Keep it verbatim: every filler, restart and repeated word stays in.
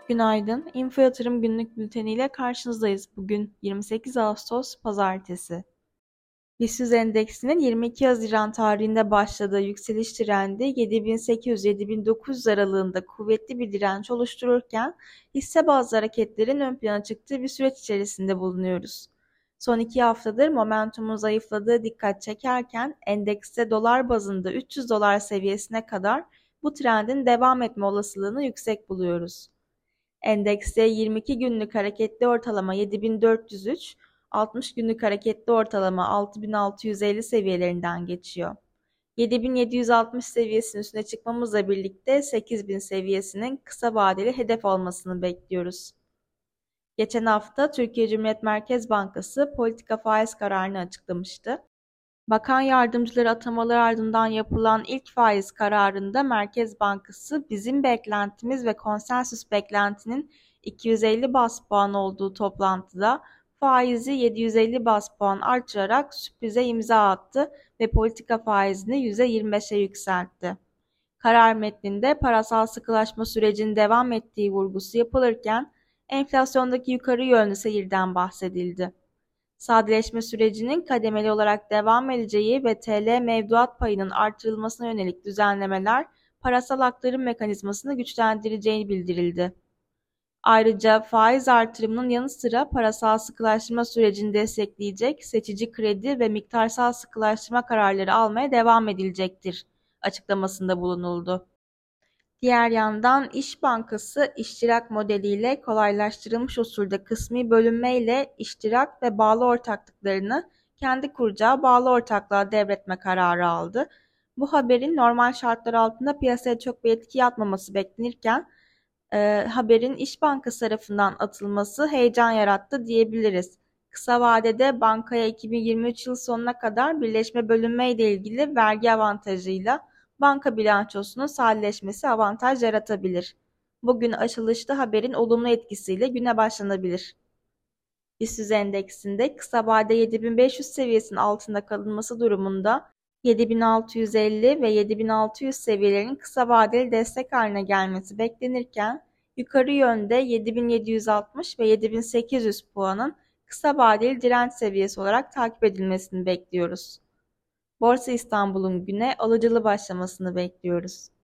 Günaydın. Info Yatırım Günlük Bülteni ile karşınızdayız. Bugün yirmi sekiz Ağustos Pazartesi. BIST yüz endeksinin yirmi iki Haziran tarihinde başladığı yükseliş trendi yedi bin sekiz yüz - yedi bin dokuz yüz aralığında kuvvetli bir direnç oluştururken hisse bazlı hareketlerin ön plana çıktığı bir süreç içerisinde bulunuyoruz. Son iki haftadır momentumun zayıfladığı dikkat çekerken endekste dolar bazında üç yüz dolar seviyesine kadar bu trendin devam etme olasılığını yüksek buluyoruz. Endekste yirmi iki günlük hareketli ortalama yedi bin dört yüz üç, altmış günlük hareketli ortalama altı bin altı yüz elli seviyelerinden geçiyor. yedi bin yedi yüz altmış seviyesinin üstüne çıkmamızla birlikte sekiz bin seviyesinin kısa vadeli hedef olmasını bekliyoruz. Geçen hafta Türkiye Cumhuriyet Merkez Bankası politika faiz kararını açıklamıştı. Bakan yardımcıları atamaları ardından yapılan ilk faiz kararında Merkez Bankası bizim beklentimiz ve konsensüs beklentinin iki yüz elli baz puan olduğu toplantıda faizi yedi yüz elli baz puan artırarak sürprize imza attı ve politika faizini yüzde yirmi beşe yükseltti. Karar metninde parasal sıkılaşma sürecinin devam ettiği vurgusu yapılırken enflasyondaki yukarı yönlü seyirden bahsedildi. Sadeleşme sürecinin kademeli olarak devam edeceği ve T L mevduat payının artırılmasına yönelik düzenlemeler parasal aktarım mekanizmasını güçlendireceği bildirildi. Ayrıca faiz artırımının yanı sıra parasal sıkılaştırma sürecini destekleyecek seçici kredi ve miktarsal sıkılaştırma kararları almaya devam edilecektir açıklamasında bulunuldu. Diğer yandan İş Bankası iştirak modeliyle kolaylaştırılmış usulde kısmi bölünmeyle iştirak ve bağlı ortaklıklarını kendi kuracağı bağlı ortaklığa devretme kararı aldı. Bu haberin normal şartlar altında piyasaya çok bir etki yapmaması beklenirken e, haberin İş Bankası tarafından atılması heyecan yarattı diyebiliriz. Kısa vadede bankaya iki bin yirmi üç yıl sonuna kadar birleşme bölünme ile ilgili vergi avantajıyla banka bilançosunun sadeleşmesi avantaj yaratabilir. Bugün açılışta haberin olumlu etkisiyle güne başlanabilir. BIST yüz endeksinde kısa vade yedi bin beş yüz seviyesinin altında kalınması durumunda yedi bin altı yüz elli ve yedi bin altı yüz seviyelerinin kısa vadeli destek haline gelmesi beklenirken yukarı yönde yedi bin yedi yüz altmış ve yedi bin sekiz yüz puanın kısa vadeli direnç seviyesi olarak takip edilmesini bekliyoruz. Borsa İstanbul'un güne alıcılı başlamasını bekliyoruz.